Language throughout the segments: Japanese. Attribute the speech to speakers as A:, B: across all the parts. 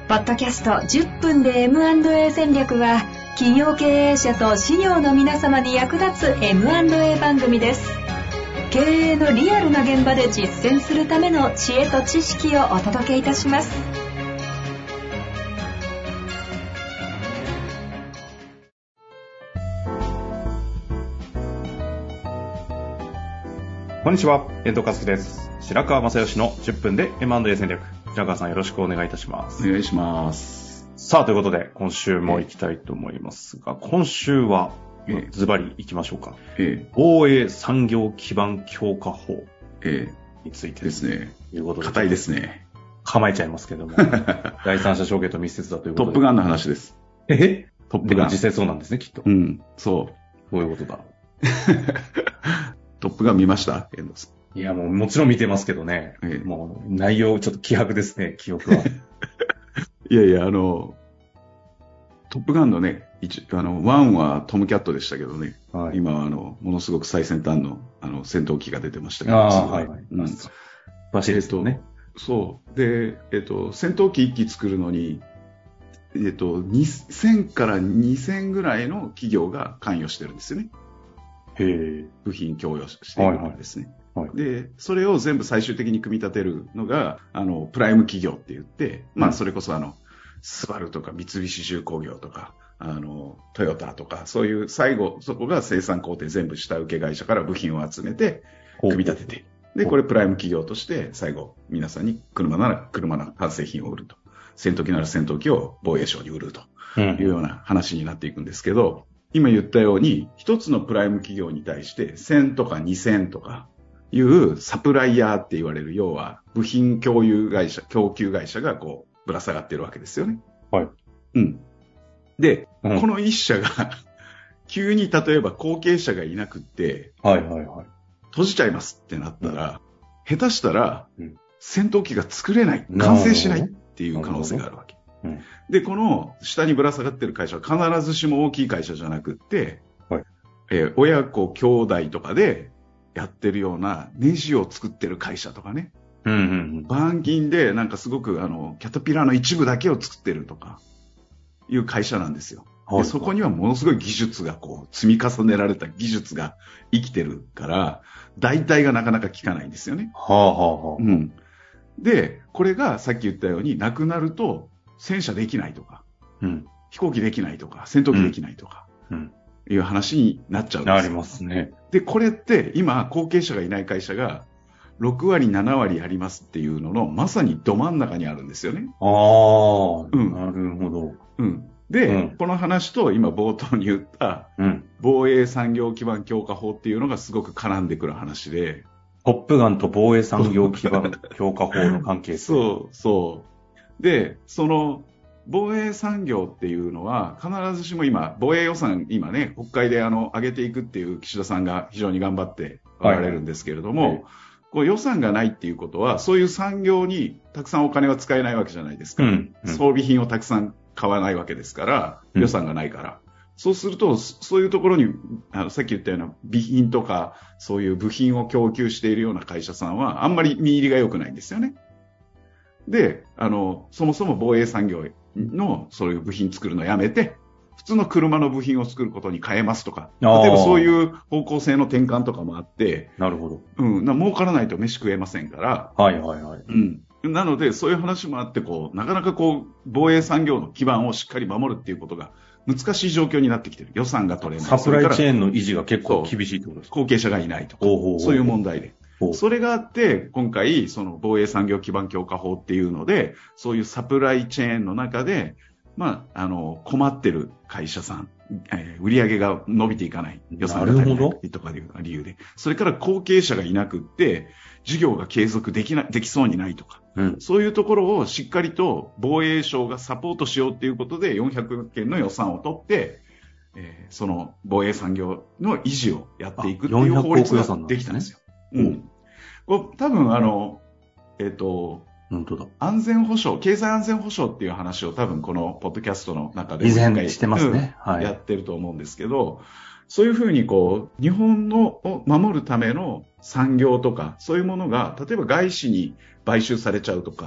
A: ポッドキャスト10分で M&A 戦略は、企業経営者と事業の皆様に役立つ M&A 番組です。経営のリアルな現場で実践するための知恵と知識をお届けいたします。
B: こんにちは、遠藤和樹です。白川正義の10分で M&A 戦略。白川さん、よろしくお願いいたします。
C: お願いします。
B: さあ、ということで今週も行きたいと思いますが、今週はズバリ行きましょうか。防衛産業基盤強化法について
C: ですね。
B: いうことで、
C: 硬いですね。
B: 構えちゃいますけども第三者承継と密接だということで。
C: トップガンの話です。
B: トップガン。実際そうなんですね、きっと。
C: うん、そう。
B: どういうことだ
C: トップガン見ました？
B: いや、もちろん見てますけどね。もう内容ちょっと希薄ですね、記憶は。
C: いやいや、トップガンのね、1はトムキャットでしたけどね、はい、今はものすごく最先端の戦闘機が出てましたけど、
B: はいはい。バシですね。
C: そう。で、戦闘機1機作るのに、2000から2000ぐらいの企業が関与してるんですよね。部品供与しているんですね。はいはい。で、それを全部最終的に組み立てるのが、プライム企業って言って、まあ、それこそスバルとか三菱重工業とか、トヨタとか、そういう最後、そこが生産工程全部下請け会社から部品を集めて、組み立てて、で、これプライム企業として、最後、皆さんに車なら車の完成品を売ると。戦闘機なら戦闘機を防衛省に売るというような話になっていくんですけど、今言ったように、一つのプライム企業に対して、1000とか2000とかいうサプライヤーって言われる、要は部品供給会社がこう、ぶら下がってるわけですよね。
B: はい。
C: うん。で、この一社が、急に例えば後継者がいなくって、
B: はいはいはい。
C: 閉じちゃいますってなったら、下手したら、戦闘機が作れない、完成しないっていう可能性があるわけ。で、この下にぶら下がってる会社は必ずしも大きい会社じゃなくって、はい、親子兄弟とかでやってるようなネジを作ってる会社とかね、板金でなんかすごくキャタピラーの一部だけを作ってるとかいう会社なんですよ。で、そこにはものすごい技術がこう積み重ねられた技術が生きてるから代替がなかなか効かないんですよね。で、これがさっき言ったようになくなると戦車できないとか、飛行機できないとか、戦闘機できないとか、いう話になっちゃうんですよ。
B: ありますね。
C: で、これって今、後継者がいない会社が6割、7割ありますっていうのの、まさにど真ん中にあるんですよね。
B: なるほど。
C: で、この話と今冒頭に言った、防衛産業基盤強化法っていうのがすごく絡んでくる話で。
B: トップガンと防衛産業基盤強化法の関係性。
C: そう。で、その防衛産業っていうのは必ずしも今、防衛予算今ね、国会で上げていくっていう岸田さんが非常に頑張っておられるんですけれども、こう予算がないっていうことは、そういう産業にたくさんお金は使えないわけじゃないですか。装備品をたくさん買わないわけですから、予算がないから。そうすると、そういうところに、さっき言ったような備品とか、そういう部品を供給しているような会社さんは、あんまり見入りが良くないんですよね。で、そもそも防衛産業のそういう部品作るのをやめて、普通の車の部品を作ることに変えますとか、例えばそういう方向性の転換とかもあって、
B: なるほど。
C: 儲からないと飯食えませんから、なので、そういう話もあって、なかなか防衛産業の基盤をしっかり守るっていうことが難しい状況になってきてる。予算が取れない。
B: サプライチェーンの維持が結構厳しいってことですか？
C: 後継者がいないとか、そういう問題で。それがあって、今回、その防衛産業基盤強化法っていうので、そういうサプライチェーンの中で、困ってる会社さん、売り上げが伸びていかない、予算が足りないとかいう理由で、それから後継者がいなくって、事業が継続できそうにないとか、そういうところをしっかりと防衛省がサポートしようということで、400件の予算を取って、その防衛産業の維持をやっていくっていう法律ができたんですよ。多分
B: 本当だ。
C: 安全保障、経済安全保障っていう話を多分このポッドキャストの中で
B: 以前してますね。
C: やってると思うんですけど、そういうふうに日本を守るための産業とか、そういうものが、例えば外資に買収されちゃうとか、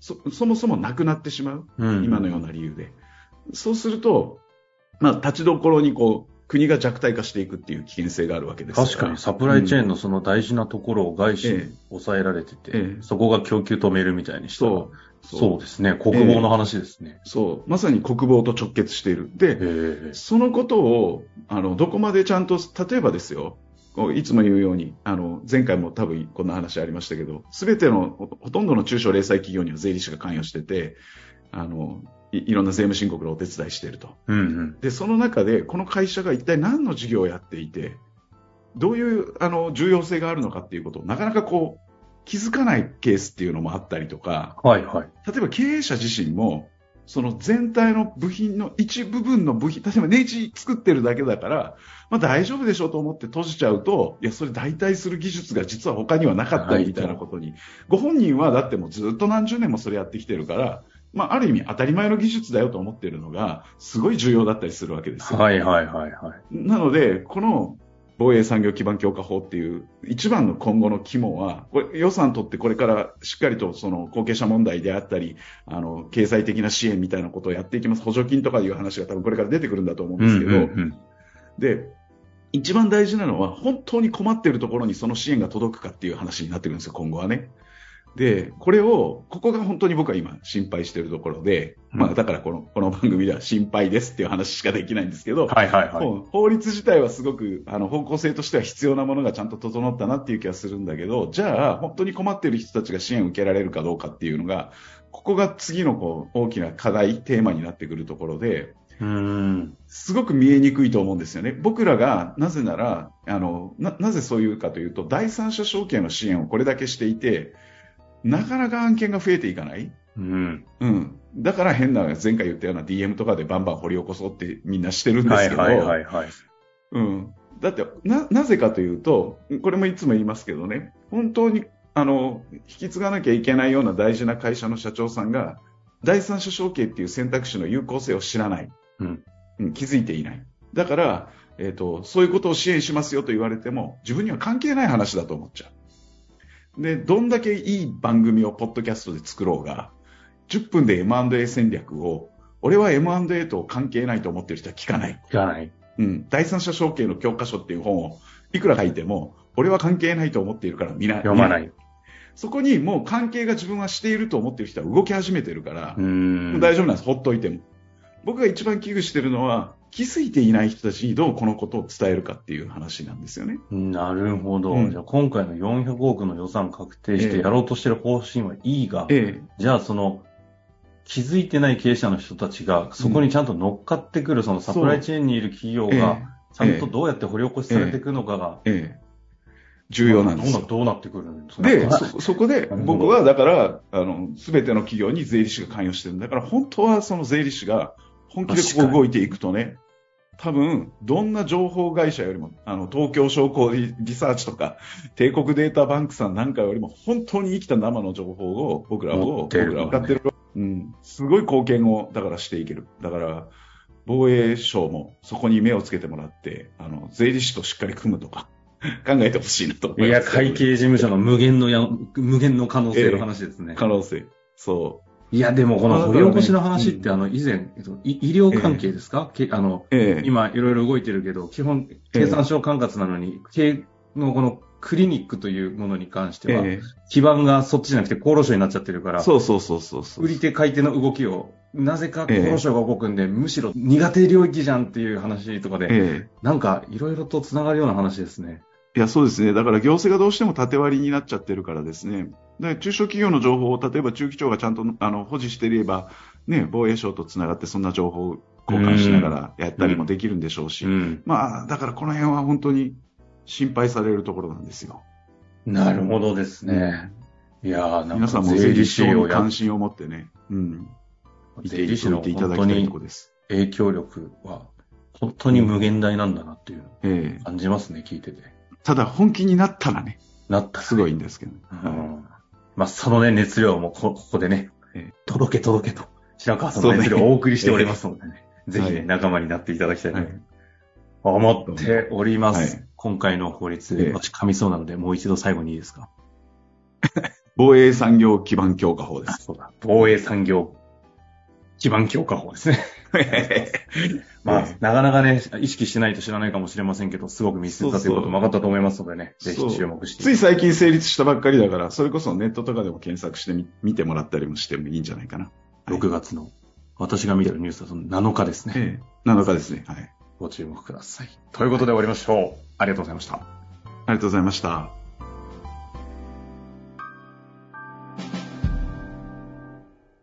C: そもそもなくなってしまう。
B: うん、
C: 今のような理由で。そうすると、立ちどころに国が弱体化していくっていう危険性があるわけですから。
B: 確かにサプライチェーンのその大事なところを外資に抑えられてて、そこが供給止めるみたいにしたら、そうですね、国防の話ですね。
C: そう、まさに国防と直結している。で、そのことをどこまでちゃんと、例えばですよ、いつも言うように、前回も多分こんな話ありましたけど、すべてのほとんどの中小零細企業には税理士が関与してて、いろんな税務申告のお手伝いしていると、でその中でこの会社が一体何の事業をやっていてどういう重要性があるのかっていうことをなかなか気づかないケースっていうのもあったりとか、
B: はいはい、
C: 例えば経営者自身もその全体の部品の一部分の部品、例えばネジ作ってるだけだから、大丈夫でしょうと思って閉じちゃうと、いやそれ代替する技術が実は他にはなかったりみたいなことに、ご本人はだってもうずっと何十年もそれやってきてるから、ある意味当たり前の技術だよと思っているのがすごい重要だったりするわけですよ。
B: はいはいはいはい。
C: なのでこの防衛産業基盤強化法っていう一番の今後の肝は、これ予算取ってこれからしっかりとその後継者問題であったり経済的な支援みたいなことをやっていきます。補助金とかいう話が多分これから出てくるんだと思うんですけど、で一番大事なのは本当に困っているところにその支援が届くかっていう話になってくるんですよ、今後はね。で、ここが本当に僕は今心配しているところで、だからこの番組では心配ですっていう話しかできないんですけど、
B: はいはいはい、
C: 法律自体はすごく方向性としては必要なものがちゃんと整ったなっていう気がするんだけど、じゃあ本当に困っている人たちが支援を受けられるかどうかっていうのが、ここが次の大きな課題テーマになってくるところで、すごく見えにくいと思うんですよね。僕らがなぜならなぜそういうかというと、第三者承継の支援をこれだけしていてなかなか案件が増えていかない、だから変な前回言ったような DM とかでバンバン掘り起こそうってみんなしてるんですけど、だって なぜかというと、これもいつも言いますけどね、本当に引き継がなきゃいけないような大事な会社の社長さんが第三者承継っていう選択肢の有効性を知らない、気づいていない。だから、そういうことを支援しますよと言われても自分には関係ない話だと思っちゃう。で、どんだけいい番組をポッドキャストで作ろうが、10分で M&A 戦略を、俺は M&A と関係ないと思ってる人は聞かない。第三者承継の教科書っていう本をいくら書いても、俺は関係ないと思っているから読まない。そこにもう関係が自分はしていると思っている人は動き始めてるから、大丈夫なんです。ほっといても。僕が一番危惧しているのは、気づいていない人たちにどうこのことを伝えるかっていう話なんですよね。
B: なるほど。じゃあ今回の400億の予算確定してやろうとしている方針はいいが、じゃあその気づいてない経営者の人たちがそこにちゃんと乗っかってくるそのサプライチェーンにいる企業がちゃんとどうやって掘り起こしされていくのかが、
C: 重要なんですよ。
B: どうなってくるんですか。
C: で、そこで僕はだから全ての企業に税理士が関与してるんだから、本当はその税理士が本気でここ動いていくとね、多分どんな情報会社よりも東京商工リサーチとか帝国データバンクさんなんかよりも本当に生きた生の情報を僕らは使ってる、すごい貢献をだからしていける。だから防衛省もそこに目をつけてもらって税理士としっかり組むとか考えてほしいなと思います。
B: いや、会計事務所の無限の可能性の話ですね。
C: 可能性。そう。
B: いや、でもこの掘り起こしの話って以前、医療関係ですか、今いろいろ動いてるけど、基本経産省管轄なのに、経のこのクリニックというものに関しては、基盤がそっちじゃなくて厚労省になっちゃってるから、売り手買い手の動きを、なぜか厚労省が動くんで、むしろ苦手領域じゃんっていう話とかで、なんかいろいろと繋がるような話ですね。
C: いや、そうですね。だから行政がどうしても縦割りになっちゃってるからですね。で、中小企業の情報を例えば中期長がちゃんと保持していれば、ね、防衛省とつながってそんな情報を交換しながらやったりもできるんでしょうし、だからこの辺は本当に心配されるところなんですよ。
B: なるほどですね。いやー、なんか
C: 皆さんも税理士に関心を持ってね、
B: 税理士の本当に影響力は本当に無限大なんだなっていう感じますね、聞いてて。
C: ただ本気になったらね、すごいんですけど、
B: そのね、熱量もここでね、届けと白川さんの熱量をお送りしておりますのでね、ぜひね、仲間になっていただきたいと思っております。今回の法律、私噛みそうなので、もう一度最後にいいですか。
C: 防衛産業基盤強化法です。
B: そうだ。防衛産業基盤強化法ですね。まあ、なかなかね、意識してないと知らないかもしれませんけど、すごく密接だということも分かったと思いますのでね、ぜひ注目して。
C: つい最近成立したばっかりだから、それこそネットとかでも検索して見てもらったりもしてもいいんじゃないかな。
B: 6月の、私が見てるニュースはその7日ですね。
C: 7日ですね。はい。
B: ご注目ください。ということで終わりましょう。ありがとうございました。
C: ありがとうございました。